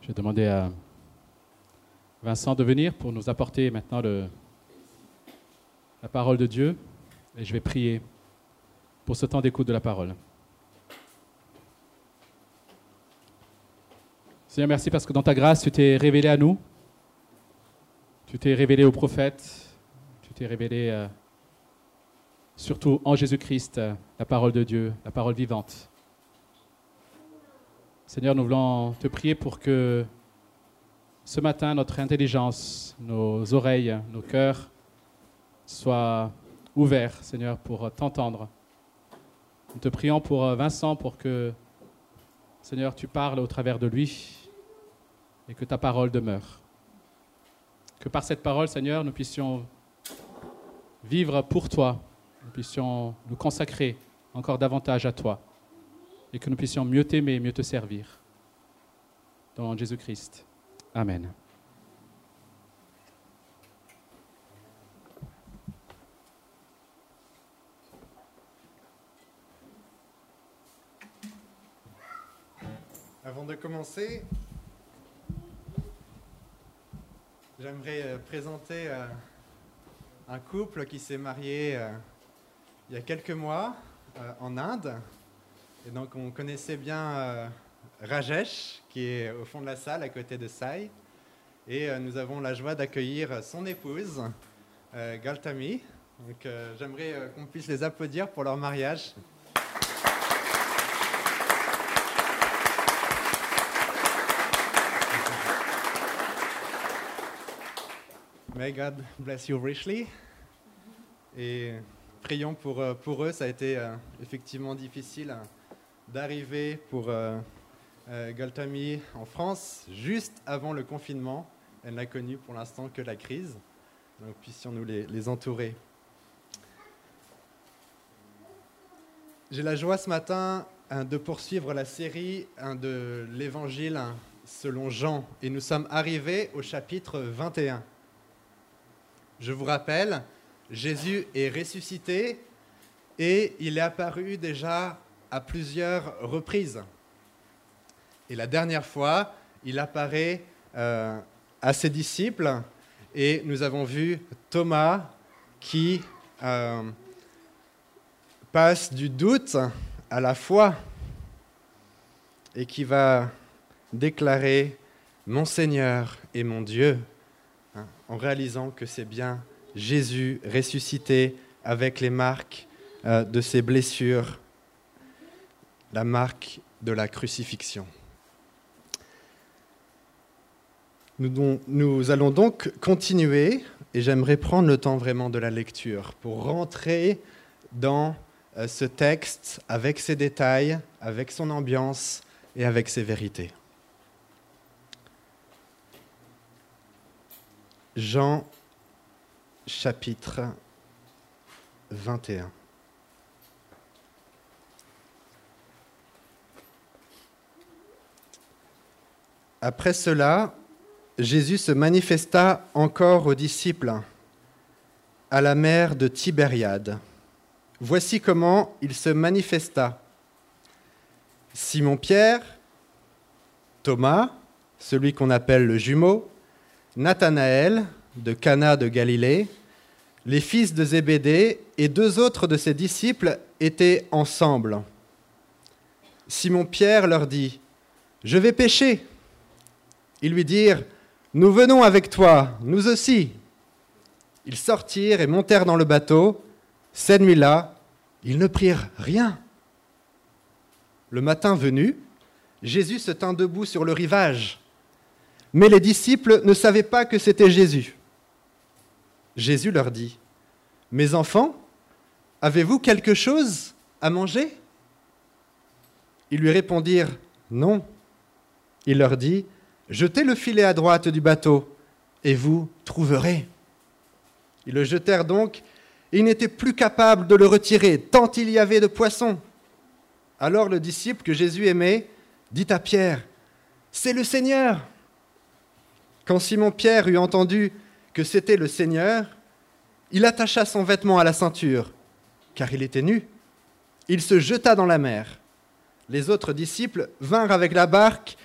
Je vais demander à Vincent de venir pour nous apporter maintenant la parole de Dieu et je vais prier pour ce temps d'écoute de la parole. Seigneur, merci parce que dans ta grâce, tu t'es révélé à nous, tu t'es révélé aux prophètes, tu t'es révélé surtout en Jésus-Christ, la parole de Dieu, la parole vivante. Seigneur, nous voulons te prier pour que ce matin, notre intelligence, nos oreilles, nos cœurs soient ouverts, Seigneur, pour t'entendre. Nous te prions pour Vincent, pour que, Seigneur, tu parles au travers de lui et que ta parole demeure. Que par cette parole, Seigneur, nous puissions vivre pour toi, nous puissions nous consacrer encore davantage à toi et que nous puissions mieux t'aimer, mieux te servir. Dans Jésus-Christ. Amen. Avant de commencer, j'aimerais présenter un couple qui s'est marié il y a quelques mois en Inde. Et donc on connaissait bien Rajesh, qui est au fond de la salle à côté de Sai. Et nous avons la joie d'accueillir son épouse, Gautami. Donc j'aimerais qu'on puisse les applaudir pour leur mariage. May God bless you richly. Et prions pour eux. Ça a été effectivement difficile d'arriver pour Gautami en France juste avant le confinement. Elle n'a connu pour l'instant que la crise. Donc puissions-nous les entourer. J'ai la joie ce matin de poursuivre la série de l'Évangile selon Jean. Et nous sommes arrivés au chapitre 21. Je vous rappelle, Jésus est ressuscité et il est apparu déjà à plusieurs reprises. Et la dernière fois, il apparaît à ses disciples et nous avons vu Thomas qui passe du doute à la foi et qui va déclarer « Mon Seigneur et mon Dieu », en réalisant que c'est bien Jésus ressuscité avec les marques de ses blessures, la marque de la crucifixion. Nous allons donc continuer, et j'aimerais prendre le temps vraiment de la lecture pour rentrer dans ce texte avec ses détails, avec son ambiance et avec ses vérités. Jean, chapitre 21. Après cela, Jésus se manifesta encore aux disciples à la mer de Tibériade. Voici comment il se manifesta. Simon-Pierre, Thomas, celui qu'on appelle le jumeau, Nathanaël, de Cana de Galilée, les fils de Zébédée et deux autres de ses disciples étaient ensemble. Simon-Pierre leur dit : « Je vais pêcher. » Ils lui dirent : « Nous venons avec toi, nous aussi. » Ils sortirent et montèrent dans le bateau. Cette nuit-là, ils ne prirent rien. Le matin venu, Jésus se tint debout sur le rivage. Mais les disciples ne savaient pas que c'était Jésus. Jésus leur dit : « Mes enfants, avez-vous quelque chose à manger ?» Ils lui répondirent : « Non. » Il leur dit : « Jetez le filet à droite du bateau, et vous trouverez. » Ils le jetèrent donc, et ils n'étaient plus capables de le retirer, tant il y avait de poissons. Alors le disciple que Jésus aimait dit à Pierre : « C'est le Seigneur !» Quand Simon-Pierre eut entendu que c'était le Seigneur, il attacha son vêtement à la ceinture, car il était nu. Il se jeta dans la mer. Les autres disciples vinrent avec la barque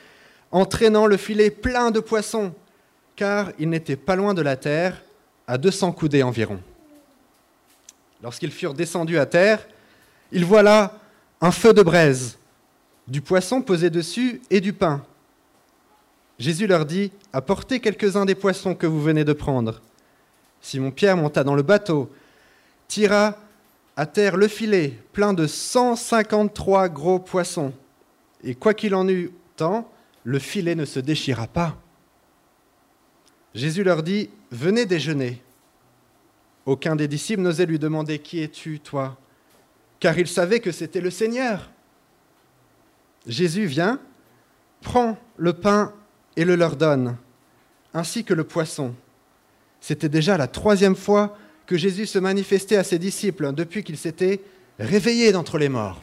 entraînant le filet plein de poissons, car il n'était pas loin de la terre, à 200 coudées environ. Lorsqu'ils furent descendus à terre, ils voient là un feu de braise, du poisson posé dessus et du pain. Jésus leur dit, « Apportez quelques-uns des poissons que vous venez de prendre. » Simon-Pierre monta dans le bateau, tira à terre le filet plein de 153 gros poissons. Et quoi qu'il en eût tant, le filet ne se déchira pas. Jésus leur dit, « Venez déjeuner. » Aucun des disciples n'osait lui demander, « Qui es-tu, toi ?» car il savait que c'était le Seigneur. Jésus vient, prend le pain et le leur donne, ainsi que le poisson. C'était déjà la 3e fois que Jésus se manifestait à ses disciples depuis qu'il s'était réveillé d'entre les morts.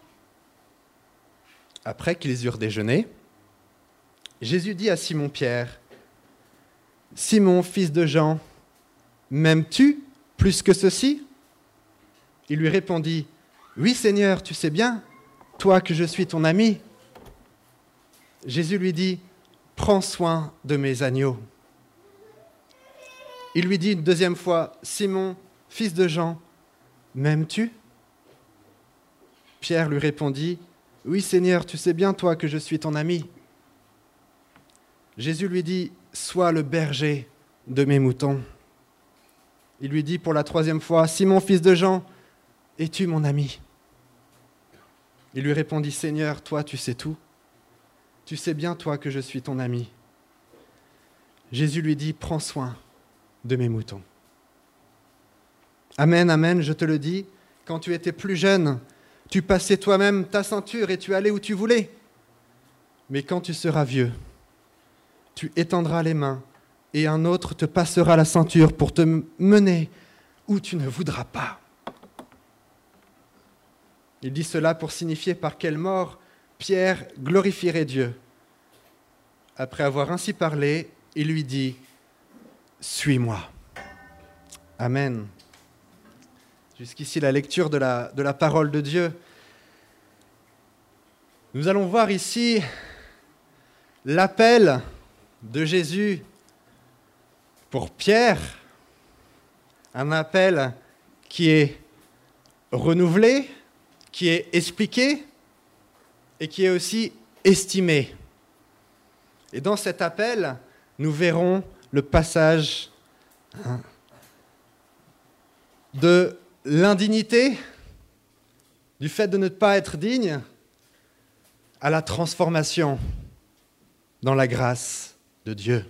Après qu'ils eurent déjeuné, Jésus dit à Simon-Pierre, « Simon, fils de Jean, m'aimes-tu plus que ceci ?» Il lui répondit, « Oui, Seigneur, tu sais bien, toi que je suis ton ami. » Jésus lui dit, « Prends soin de mes agneaux. » Il lui dit une 2e fois, « Simon, fils de Jean, m'aimes-tu » Pierre lui répondit, « Oui, Seigneur, tu sais bien, toi, que je suis ton ami. » Jésus lui dit, « Sois le berger de mes moutons. » Il lui dit pour la 3e fois, « Simon, fils de Jean, es-tu mon ami » Il lui répondit, « Seigneur, toi, tu sais tout. Tu sais bien, toi, que je suis ton ami. » Jésus lui dit, « Prends soin de mes moutons. » Amen, amen, je te le dis, quand tu étais plus jeune, tu passais toi-même ta ceinture et tu allais où tu voulais. Mais quand tu seras vieux, tu étendras les mains et un autre te passera la ceinture pour te mener où tu ne voudras pas. Il dit cela pour signifier par quelle mort Pierre glorifierait Dieu. Après avoir ainsi parlé, il lui dit, « Suis-moi. » Amen. Jusqu'ici, la lecture de la parole de Dieu. Nous allons voir ici l'appel de Jésus pour Pierre, un appel qui est renouvelé, qui est expliqué et qui est aussi estimé. Et dans cet appel, nous verrons le passage de l'indignité, du fait de ne pas être digne, à la transformation dans la grâce de Dieu.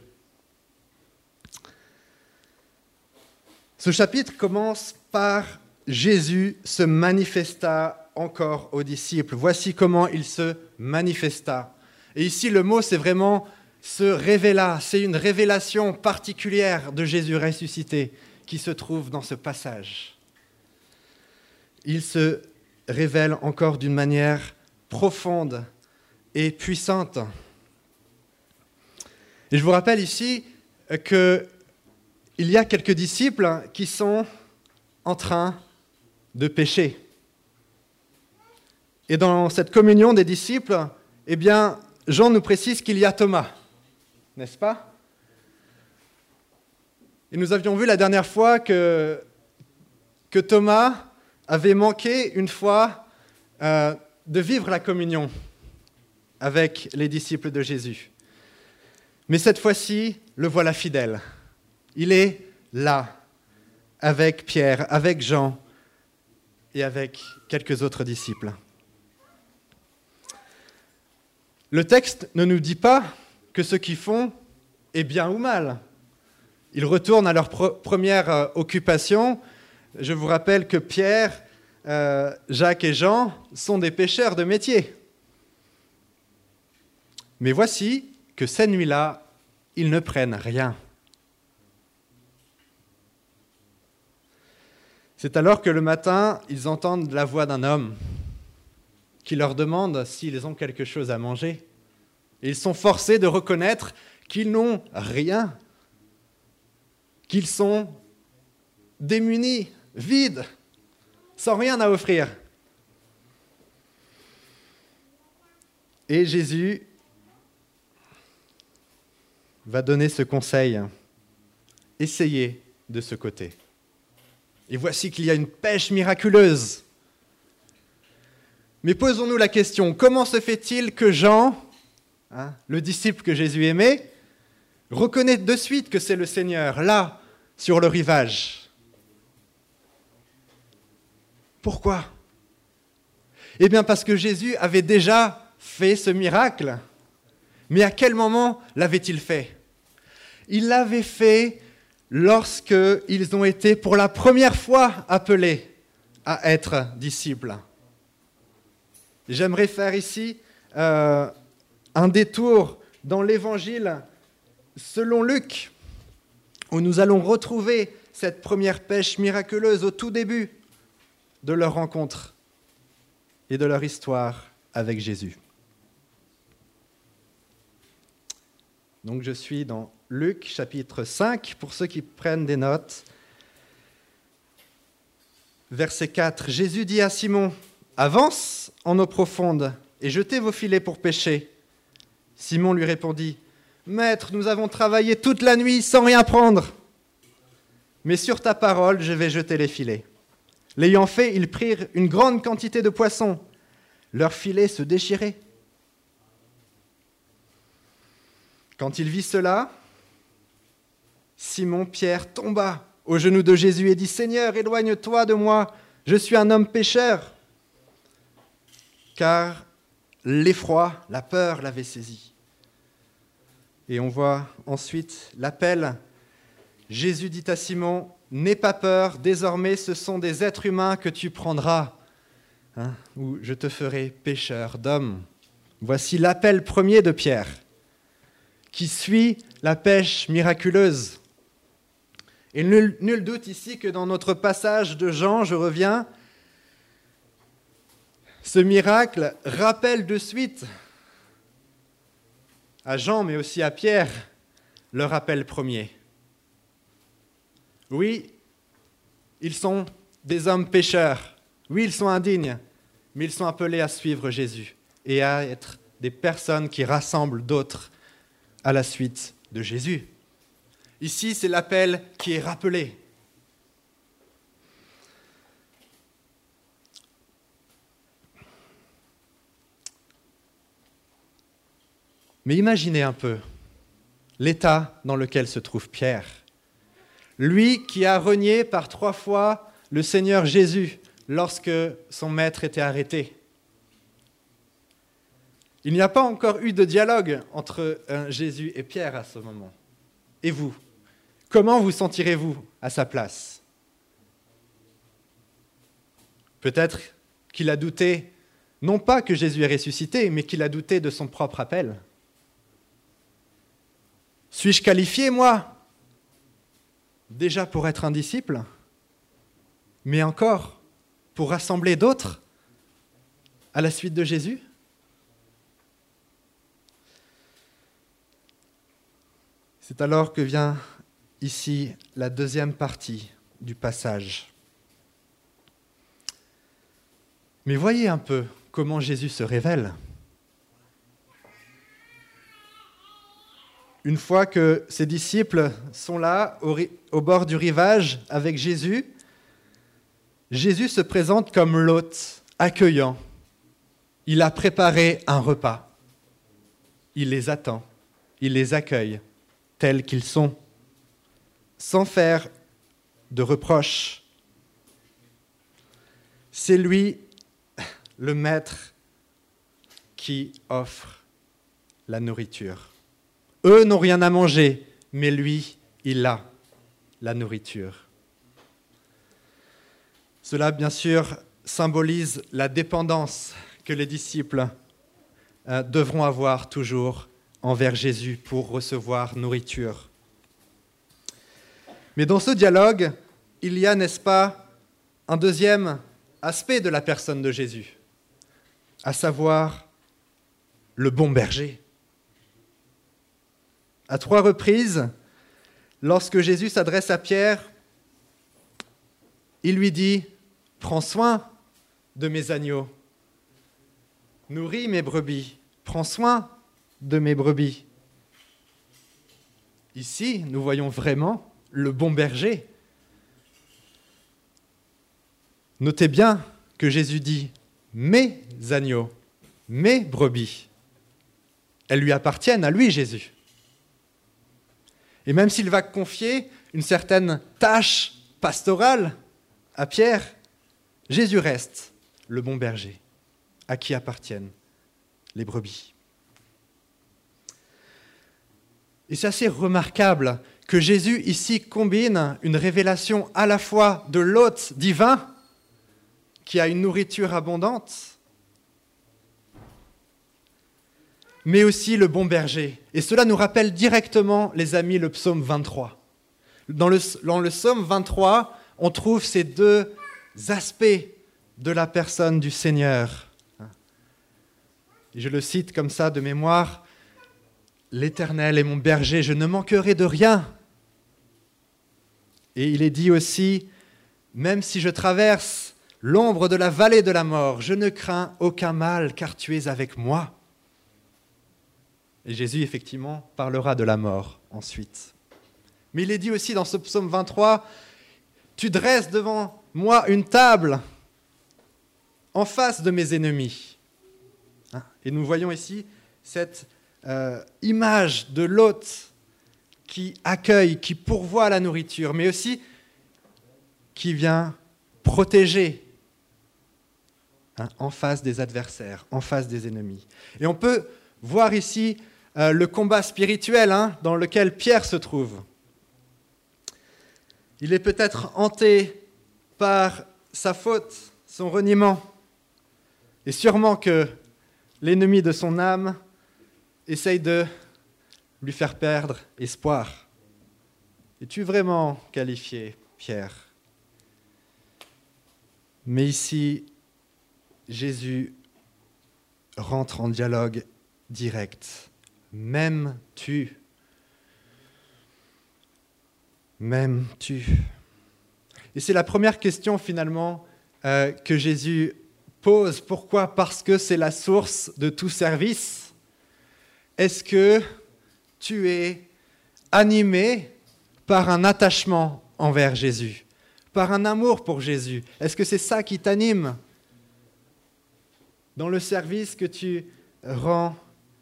Ce chapitre commence par « Jésus se manifesta encore aux disciples ». Voici comment il se manifesta. Et ici, le mot, c'est vraiment « se révéla ». C'est une révélation particulière de Jésus ressuscité qui se trouve dans ce passage. Il se révèle encore d'une manière profonde et puissante. Et je vous rappelle ici qu'il y a quelques disciples qui sont en train de pécher. Et dans cette communion des disciples, eh bien, Jean nous précise qu'il y a Thomas, n'est-ce pas ? Et nous avions vu la dernière fois que Thomas avait manqué une fois de vivre la communion avec les disciples de Jésus. Mais cette fois-ci, le voilà fidèle. Il est là, avec Pierre, avec Jean et avec quelques autres disciples. Le texte ne nous dit pas que ce qu'ils font est bien ou mal. Ils retournent à leur première occupation. Je vous rappelle que Pierre, Jacques et Jean sont des pêcheurs de métier. Mais voici que cette nuit-là, ils ne prennent rien. C'est alors que le matin, ils entendent la voix d'un homme qui leur demande s'ils ont quelque chose à manger. Et ils sont forcés de reconnaître qu'ils n'ont rien, qu'ils sont démunis, vides, sans rien à offrir. Et Jésus va donner ce conseil. Essayez de ce côté. Et voici qu'il y a une pêche miraculeuse. Mais posons-nous la question, comment se fait-il que Jean, le disciple que Jésus aimait, reconnaît de suite que c'est le Seigneur, là, sur le rivage? Pourquoi? Eh bien parce que Jésus avait déjà fait ce miracle. Mais à quel moment l'avait-il fait? Il l'avait fait lorsqu'ils ont été pour la première fois appelés à être disciples. J'aimerais faire ici un détour dans l'Évangile selon Luc, où nous allons retrouver cette première pêche miraculeuse au tout début de leur rencontre et de leur histoire avec Jésus. Donc je suis dans Luc chapitre 5, pour ceux qui prennent des notes. Verset 4, Jésus dit à Simon, « Avance en eau profonde et jetez vos filets pour pêcher. » Simon lui répondit, « Maître, nous avons travaillé toute la nuit sans rien prendre. Mais sur ta parole, je vais jeter les filets. » L'ayant fait, ils prirent une grande quantité de poissons. Leurs filets se déchiraient. Quand il vit cela, Simon-Pierre tomba aux genoux de Jésus et dit, « Seigneur, éloigne-toi de moi, je suis un homme pécheur. » Car l'effroi, la peur l'avait saisi. Et on voit ensuite l'appel. Jésus dit à Simon, « N'aie pas peur, désormais ce sont des êtres humains que tu prendras, ou je te ferai pécheur d'hommes. » Voici l'appel premier de Pierre, qui suit la pêche miraculeuse. Et nul doute ici que dans notre passage de Jean, je reviens, ce miracle rappelle de suite à Jean, mais aussi à Pierre, leur appel premier. Oui, ils sont des hommes pécheurs. Oui, ils sont indignes, mais ils sont appelés à suivre Jésus et à être des personnes qui rassemblent d'autres à la suite de Jésus. Ici, c'est l'appel qui est rappelé. Mais imaginez un peu l'état dans lequel se trouve Pierre. Lui qui a renié par 3 fois le Seigneur Jésus lorsque son maître était arrêté. Il n'y a pas encore eu de dialogue entre Jésus et Pierre à ce moment. Et vous, comment vous sentirez-vous à sa place? Peut-être qu'il a douté, non pas que Jésus est ressuscité, mais qu'il a douté de son propre appel. Suis-je qualifié, moi, déjà pour être un disciple, mais encore pour rassembler d'autres à la suite de Jésus? C'est alors que vient ici la deuxième partie du passage. Mais voyez un peu comment Jésus se révèle. Une fois que ses disciples sont là, au bord du rivage, avec Jésus, Jésus se présente comme l'hôte accueillant. Il a préparé un repas. Il les attend. Il les accueille tels qu'ils sont, sans faire de reproches. C'est lui, le maître, qui offre la nourriture. Eux n'ont rien à manger, mais lui, il a la nourriture. Cela, bien sûr, symbolise la dépendance que les disciples devront avoir toujours envers Jésus pour recevoir nourriture. Mais dans ce dialogue, il y a, n'est-ce pas, un deuxième aspect de la personne de Jésus, à savoir le bon berger. À 3 reprises, lorsque Jésus s'adresse à Pierre, il lui dit « Prends soin de mes agneaux, nourris mes brebis, prends soin de mes brebis. » ici, nous voyons vraiment le bon berger. Notez bien que Jésus dit « mes agneaux, mes brebis ». Elles lui appartiennent à lui, Jésus. Et même s'il va confier une certaine tâche pastorale à Pierre, Jésus reste le bon berger, à qui appartiennent les brebis. Et c'est assez remarquable que Jésus ici combine une révélation à la fois de l'hôte divin, qui a une nourriture abondante, mais aussi le bon berger. Et cela nous rappelle directement, les amis, le psaume 23. Dans le psaume 23, on trouve ces deux aspects de la personne du Seigneur. Et je le cite comme ça de mémoire. « L'Éternel est mon berger, je ne manquerai de rien. » Et il est dit aussi, « Même si je traverse l'ombre de la vallée de la mort, je ne crains aucun mal, car tu es avec moi. » Et Jésus, effectivement, parlera de la mort ensuite. Mais il est dit aussi dans ce psaume 23, « Tu dresses devant moi une table en face de mes ennemis. » Et nous voyons ici cette image de l'hôte qui accueille, qui pourvoit la nourriture, mais aussi qui vient protéger en face des adversaires, en face des ennemis. Et on peut voir ici le combat spirituel dans lequel Pierre se trouve. Il est peut-être hanté par sa faute, son reniement, et sûrement que l'ennemi de son âme essaye de lui faire perdre espoir. Es-tu vraiment qualifié, Pierre? Mais ici, Jésus rentre en dialogue direct. M'aimes-tu? M'aimes-tu? Et c'est la première question finalement que Jésus pose. Pourquoi? Parce que c'est la source de tout service. Est-ce que tu es animé par un attachement envers Jésus, par un amour pour Jésus? Est-ce que c'est ça qui t'anime dans le service que tu rends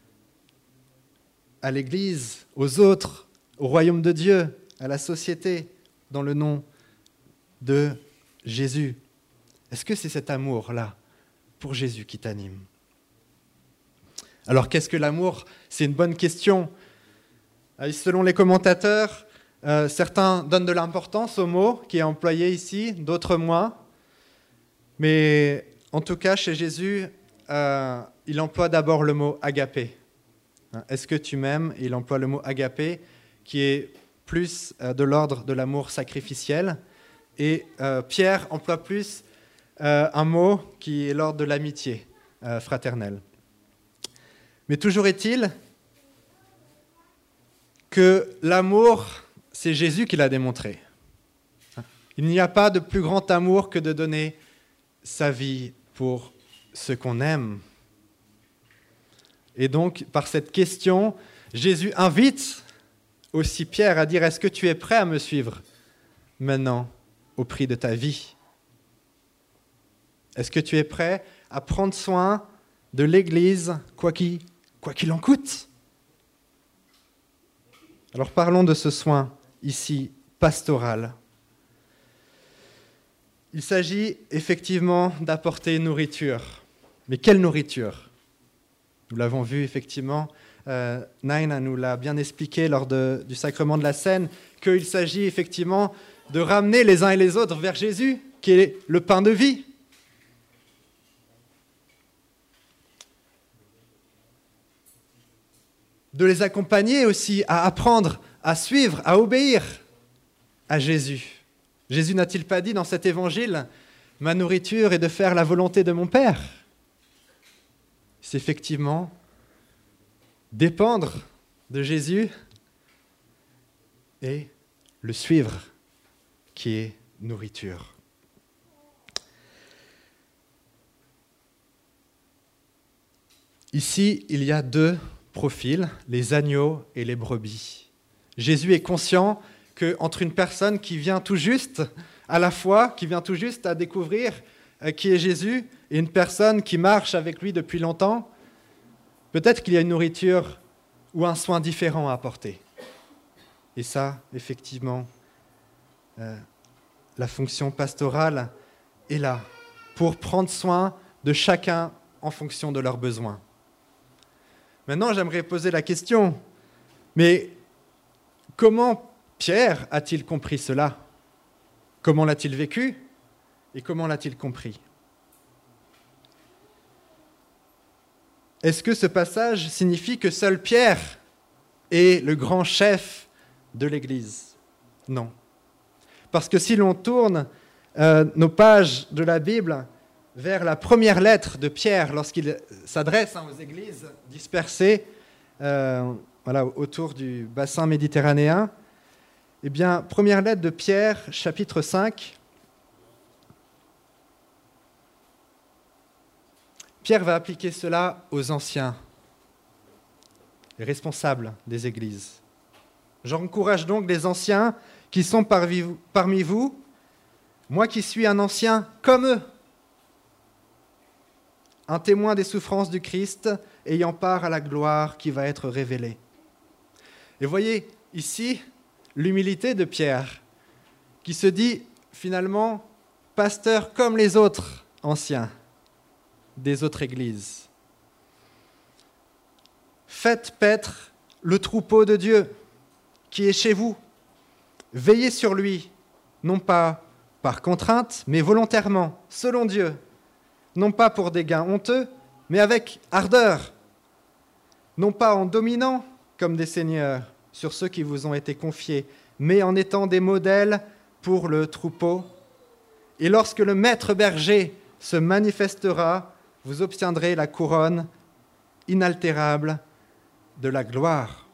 à l'Église, aux autres, au royaume de Dieu, à la société, dans le nom de Jésus? Est-ce que c'est cet amour-là pour Jésus qui t'anime? Alors, qu'est-ce que l'amour? C'est une bonne question. Selon les commentateurs, certains donnent de l'importance au mot qui est employé ici, d'autres moins. Mais en tout cas, chez Jésus, il emploie d'abord le mot agapé. Est-ce que tu m'aimes? Il emploie le mot agapé, qui est plus de l'ordre de l'amour sacrificiel. Et Pierre emploie plus un mot qui est l'ordre de l'amitié fraternelle. Mais toujours est-il que l'amour, c'est Jésus qui l'a démontré. Il n'y a pas de plus grand amour que de donner sa vie pour ce qu'on aime. Et donc, par cette question, Jésus invite aussi Pierre à dire « Est-ce que tu es prêt à me suivre maintenant au prix de ta vie? Est-ce que tu es prêt à prendre soin de l'Église, quoi qu'il en coûte ?» Alors parlons de ce soin ici pastoral. Il s'agit effectivement d'apporter nourriture. Mais quelle nourriture? Nous l'avons vu effectivement, Naina nous l'a bien expliqué lors du sacrement de la Seine, qu'il s'agit effectivement de ramener les uns et les autres vers Jésus, qui est le pain de vie. De les accompagner aussi à apprendre, à suivre, à obéir à Jésus. Jésus n'a-t-il pas dit dans cet évangile « Ma nourriture est de faire la volonté de mon Père » ? C'est effectivement dépendre de Jésus et le suivre qui est nourriture. Ici, il y a deux profils, les agneaux et les brebis. Jésus est conscient qu'entre une personne qui vient tout juste à la foi, qui vient tout juste à découvrir qui est Jésus, et une personne qui marche avec lui depuis longtemps, peut-être qu'il y a une nourriture ou un soin différent à apporter. Et ça, effectivement, la fonction pastorale est là pour prendre soin de chacun en fonction de leurs besoins. Maintenant, j'aimerais poser la question, mais comment Pierre a-t-il compris cela ? Comment l'a-t-il vécu ? Et comment l'a-t-il compris ? Est-ce que ce passage signifie que seul Pierre est le grand chef de l'Église ? Non. Parce que si l'on tourne nos pages de la Bible vers la première lettre de Pierre, lorsqu'il s'adresse aux églises dispersées autour du bassin méditerranéen, eh bien, première lettre de Pierre, chapitre 5, Pierre va appliquer cela aux anciens, les responsables des églises. J'encourage donc les anciens qui sont parmi vous, moi qui suis un ancien comme eux, un témoin des souffrances du Christ, ayant part à la gloire qui va être révélée. Et voyez ici l'humilité de Pierre, qui se dit finalement pasteur comme les autres anciens des autres églises. Faites paître le troupeau de Dieu qui est chez vous. Veillez sur lui, non pas par contrainte, mais volontairement, selon Dieu, non pas pour des gains honteux, mais avec ardeur, non pas en dominant comme des seigneurs sur ceux qui vous ont été confiés, mais en étant des modèles pour le troupeau. Et lorsque le maître berger se manifestera, vous obtiendrez la couronne inaltérable de la gloire.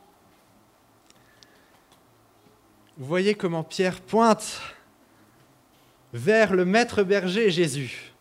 Vous voyez comment Pierre pointe vers le maître berger Jésus.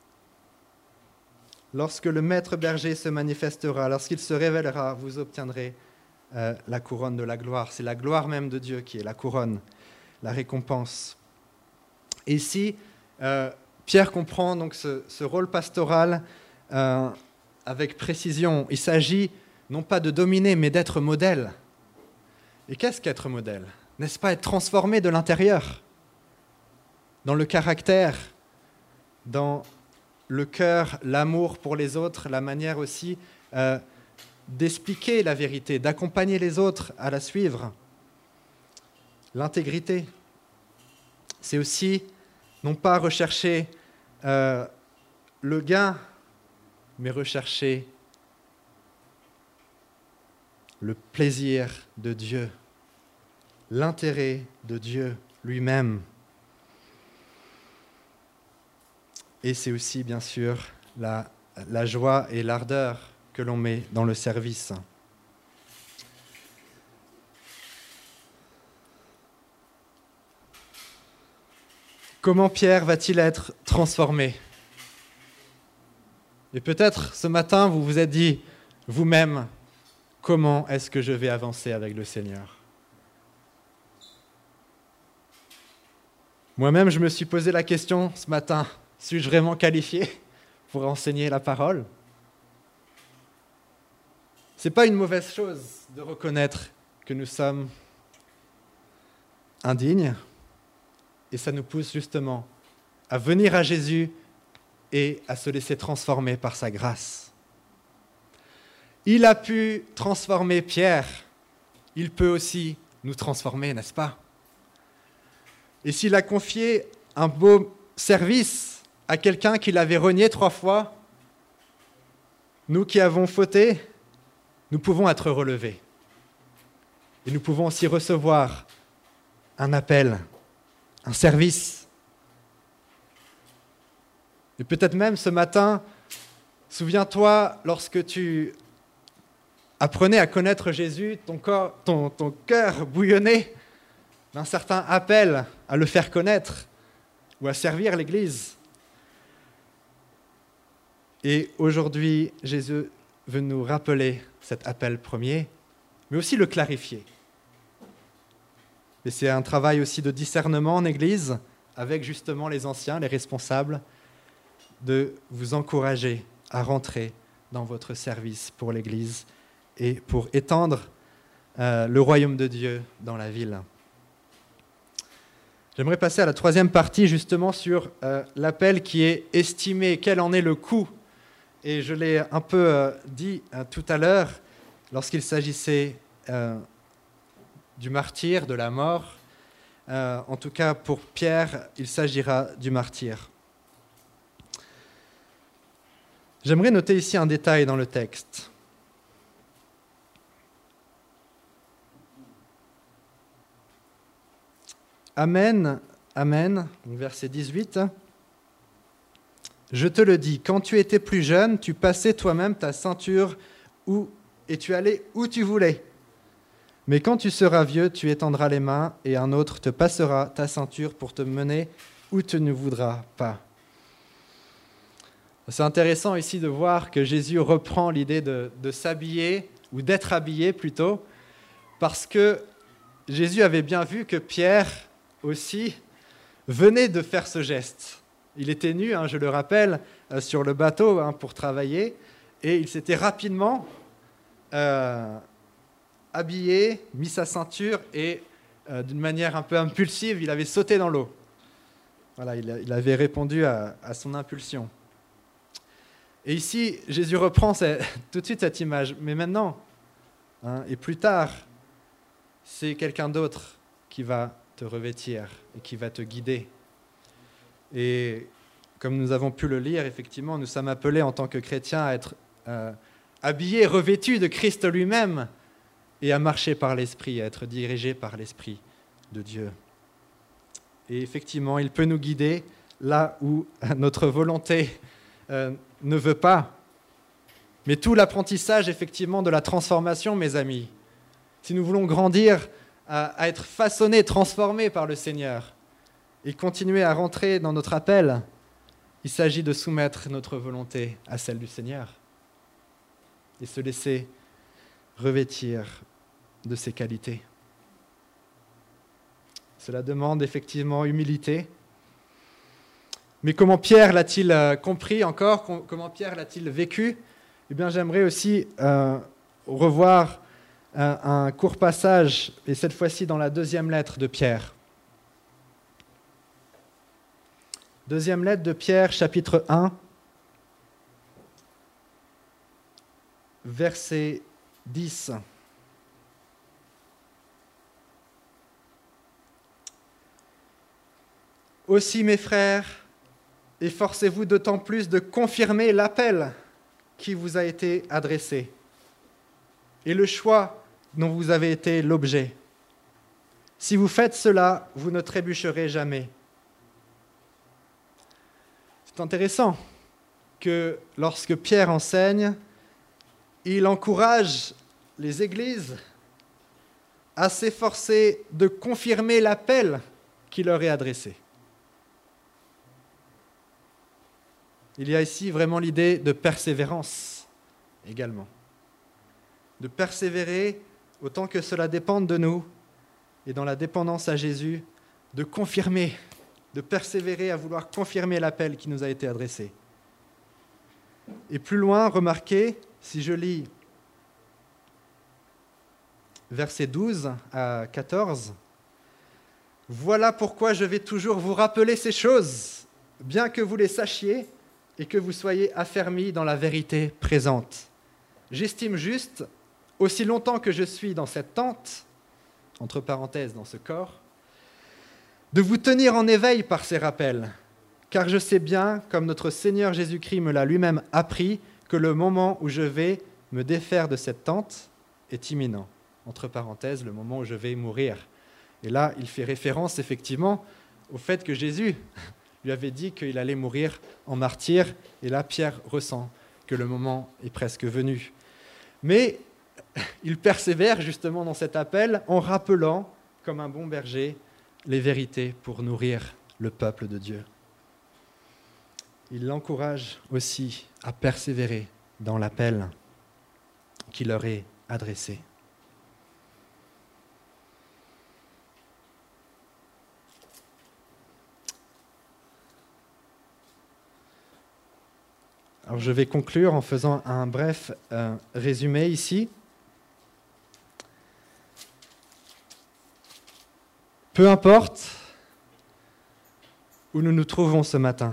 Lorsque le maître berger se manifestera, lorsqu'il se révélera, vous obtiendrez la couronne de la gloire. C'est la gloire même de Dieu qui est la couronne, la récompense. Et ici, Pierre comprend donc ce rôle pastoral avec précision. Il s'agit non pas de dominer, mais d'être modèle. Et qu'est-ce qu'être modèle ? N'est-ce pas être transformé de l'intérieur, dans le caractère, dans le cœur, l'amour pour les autres, la manière aussi d'expliquer la vérité, d'accompagner les autres à la suivre. L'intégrité, c'est aussi non pas rechercher le gain, mais rechercher le plaisir de Dieu, l'intérêt de Dieu lui-même. Et c'est aussi, bien sûr, la joie et l'ardeur que l'on met dans le service. Comment Pierre va-t-il être transformé ? Et peut-être ce matin, vous vous êtes dit vous-même, comment est-ce que je vais avancer avec le Seigneur ? Moi-même, je me suis posé la question ce matin, suis-je vraiment qualifié pour enseigner la parole ? Ce n'est pas une mauvaise chose de reconnaître que nous sommes indignes, et ça nous pousse justement à venir à Jésus et à se laisser transformer par sa grâce. Il a pu transformer Pierre, il peut aussi nous transformer, n'est-ce pas ? Et s'il a confié un beau service à quelqu'un qui l'avait renié 3 fois, nous qui avons fauté, nous pouvons être relevés. Et nous pouvons aussi recevoir un appel, un service. Et peut-être même ce matin, souviens-toi, lorsque tu apprenais à connaître Jésus, ton cœur bouillonnait d'un certain appel à le faire connaître ou à servir l'Église. Et aujourd'hui, Jésus veut nous rappeler cet appel premier, mais aussi le clarifier. Mais c'est un travail aussi de discernement en Église, avec justement les anciens, les responsables, de vous encourager à rentrer dans votre service pour l'Église et pour étendre le royaume de Dieu dans la ville. J'aimerais passer à la troisième partie, justement sur l'appel qui est estimé, quel en est le coût. Et je l'ai un peu dit tout à l'heure, lorsqu'il s'agissait du martyr, de la mort. En tout cas, pour Pierre, il s'agira du martyr. J'aimerais noter ici un détail dans le texte. Amen, Amen, verset 18. Je te le dis, quand tu étais plus jeune, tu passais toi-même ta ceinture et tu allais où tu voulais. Mais quand tu seras vieux, tu étendras les mains et un autre te passera ta ceinture pour te mener où tu ne voudras pas. C'est intéressant ici de voir que Jésus reprend l'idée de s'habiller, ou d'être habillé plutôt, parce que Jésus avait bien vu que Pierre aussi venait de faire ce geste. Il était nu, je le rappelle, sur le bateau pour travailler, et il s'était rapidement habillé, mis sa ceinture, et d'une manière un peu impulsive, il avait sauté dans l'eau. Voilà, il avait répondu à son impulsion. Et ici, Jésus reprend tout de suite cette image. Mais maintenant, et plus tard, c'est quelqu'un d'autre qui va te revêtir et qui va te guider. Et comme nous avons pu le lire, effectivement, nous sommes appelés en tant que chrétiens à être habillés, revêtus de Christ lui-même et à marcher par l'Esprit, à être dirigés par l'Esprit de Dieu. Et effectivement, il peut nous guider là où notre volonté ne veut pas. Mais tout l'apprentissage, effectivement, de la transformation, mes amis, si nous voulons grandir à être façonnés, transformés par le Seigneur et continuer à rentrer dans notre appel, il s'agit de soumettre notre volonté à celle du Seigneur et se laisser revêtir de ses qualités. Cela demande effectivement humilité. Mais comment Pierre l'a-t-il compris encore? Comment Pierre l'a-t-il vécu? Eh bien, j'aimerais aussi revoir un court passage, et cette fois-ci dans la deuxième lettre de Pierre. Deuxième lettre de Pierre, chapitre 1, verset 10. Aussi, mes frères, efforcez-vous d'autant plus de confirmer l'appel qui vous a été adressé et le choix dont vous avez été l'objet. Si vous faites cela, vous ne trébucherez jamais. C'est intéressant que lorsque Pierre enseigne, il encourage les églises à s'efforcer de confirmer l'appel qui leur est adressé. Il y a ici vraiment l'idée de persévérance également. De persévérer autant que cela dépende de nous et dans la dépendance à Jésus, de confirmer, de persévérer à vouloir confirmer l'appel qui nous a été adressé. Et plus loin, remarquez, si je lis versets 12 à 14, « Voilà pourquoi je vais toujours vous rappeler ces choses, bien que vous les sachiez, et que vous soyez affermis dans la vérité présente. J'estime juste, aussi longtemps que je suis dans cette tente, entre parenthèses dans ce corps, de vous tenir en éveil par ces rappels, car je sais bien, comme notre Seigneur Jésus-Christ me l'a lui-même appris, que le moment où je vais me défaire de cette tente est imminent. Entre parenthèses, le moment où je vais mourir. Et là, il fait référence effectivement au fait que Jésus lui avait dit qu'il allait mourir en martyr, et là Pierre ressent que le moment est presque venu. Mais il persévère justement dans cet appel en rappelant, comme un bon berger, les vérités pour nourrir le peuple de Dieu. Il l'encourage aussi à persévérer dans l'appel qui leur est adressé. Alors je vais conclure en faisant un bref résumé ici. Peu importe où nous nous trouvons ce matin,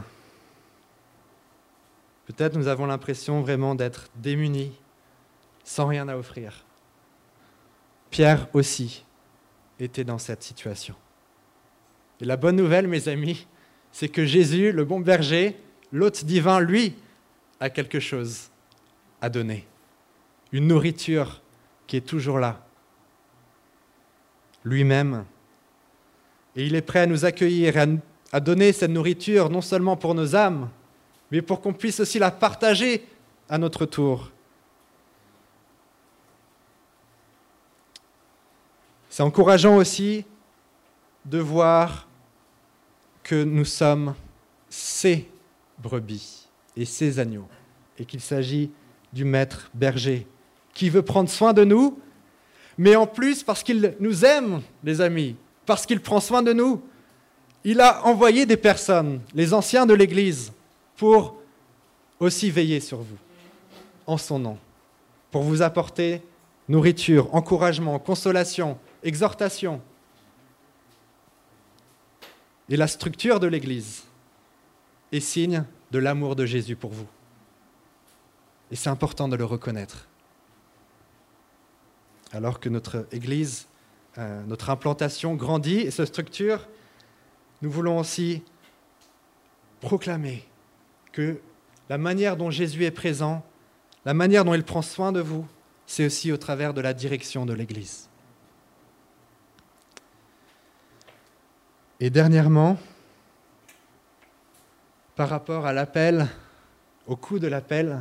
peut-être nous avons l'impression vraiment d'être démunis, sans rien à offrir. Pierre aussi était dans cette situation. Et la bonne nouvelle, mes amis, c'est que Jésus, le bon berger, l'hôte divin, lui, a quelque chose à donner. Une nourriture qui est toujours là. Lui-même. Et il est prêt à nous accueillir et à donner cette nourriture, non seulement pour nos âmes, mais pour qu'on puisse aussi la partager à notre tour. C'est encourageant aussi de voir que nous sommes ses brebis et ses agneaux, et qu'il s'agit du maître berger qui veut prendre soin de nous, mais en plus, parce qu'il nous aime, les amis, parce qu'il prend soin de nous, il a envoyé des personnes, les anciens de l'Église, pour aussi veiller sur vous, en son nom, pour vous apporter nourriture, encouragement, consolation, exhortation. Et la structure de l'Église est signe de l'amour de Jésus pour vous. Et c'est important de le reconnaître. Alors que notre Église, notre implantation grandit et se structure, nous voulons aussi proclamer que la manière dont Jésus est présent, la manière dont il prend soin de vous, c'est aussi au travers de la direction de l'Église. Et dernièrement, par rapport à l'appel, au coup de l'appel,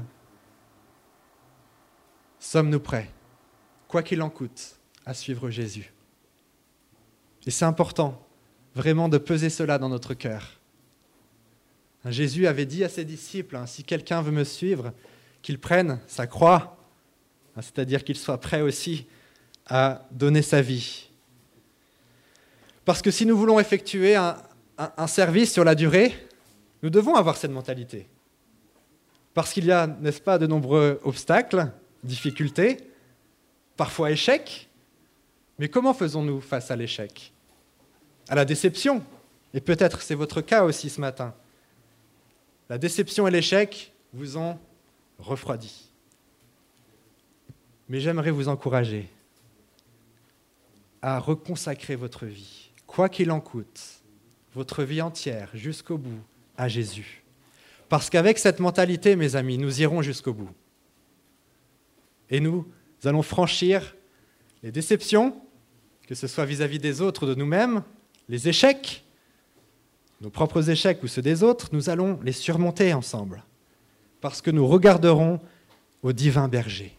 sommes-nous prêts, quoi qu'il en coûte, à suivre Jésus? Et c'est important, vraiment, de peser cela dans notre cœur. Jésus avait dit à ses disciples, si quelqu'un veut me suivre, qu'il prenne sa croix, c'est-à-dire qu'il soit prêt aussi à donner sa vie. Parce que si nous voulons effectuer un service sur la durée, nous devons avoir cette mentalité. Parce qu'il y a, n'est-ce pas, de nombreux obstacles, difficultés, parfois échecs. Mais comment faisons-nous face à l'échec? À la déception. Et peut-être c'est votre cas aussi ce matin. La déception et l'échec vous ont refroidi. Mais j'aimerais vous encourager à reconsacrer votre vie, quoi qu'il en coûte, votre vie entière, jusqu'au bout, à Jésus. Parce qu'avec cette mentalité, mes amis, nous irons jusqu'au bout. Et nous allons franchir les déceptions, que ce soit vis-à-vis des autres, de nous-mêmes, les échecs, nos propres échecs ou ceux des autres, nous allons les surmonter ensemble. Parce que nous regarderons au divin berger.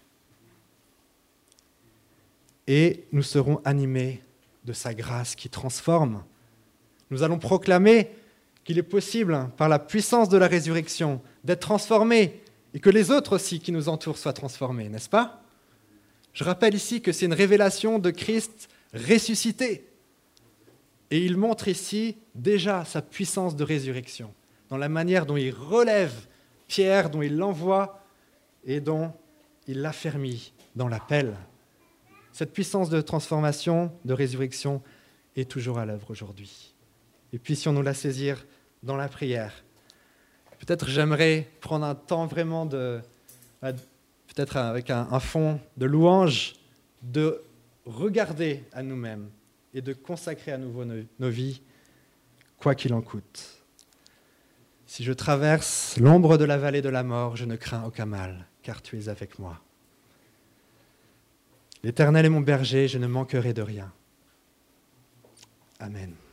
Et nous serons animés de sa grâce qui transforme. Nous allons proclamer qu'il est possible, par la puissance de la résurrection, d'être transformés et que les autres aussi qui nous entourent soient transformés, n'est-ce pas? Je rappelle ici que c'est une révélation de Christ ressuscité. Et il montre ici déjà sa puissance de résurrection, dans la manière dont il relève Pierre, dont il l'envoie et dont il l'affermit dans l'appel. Cette puissance de transformation, de résurrection, est toujours à l'œuvre aujourd'hui. Et puissions-nous la saisir dans la prière. Peut-être j'aimerais prendre un temps vraiment peut-être avec un fond de louange, de regarder à nous-mêmes et de consacrer à nouveau nos vies, quoi qu'il en coûte. Si je traverse l'ombre de la vallée de la mort, je ne crains aucun mal, car tu es avec moi. L'Éternel est mon berger, je ne manquerai de rien. Amen.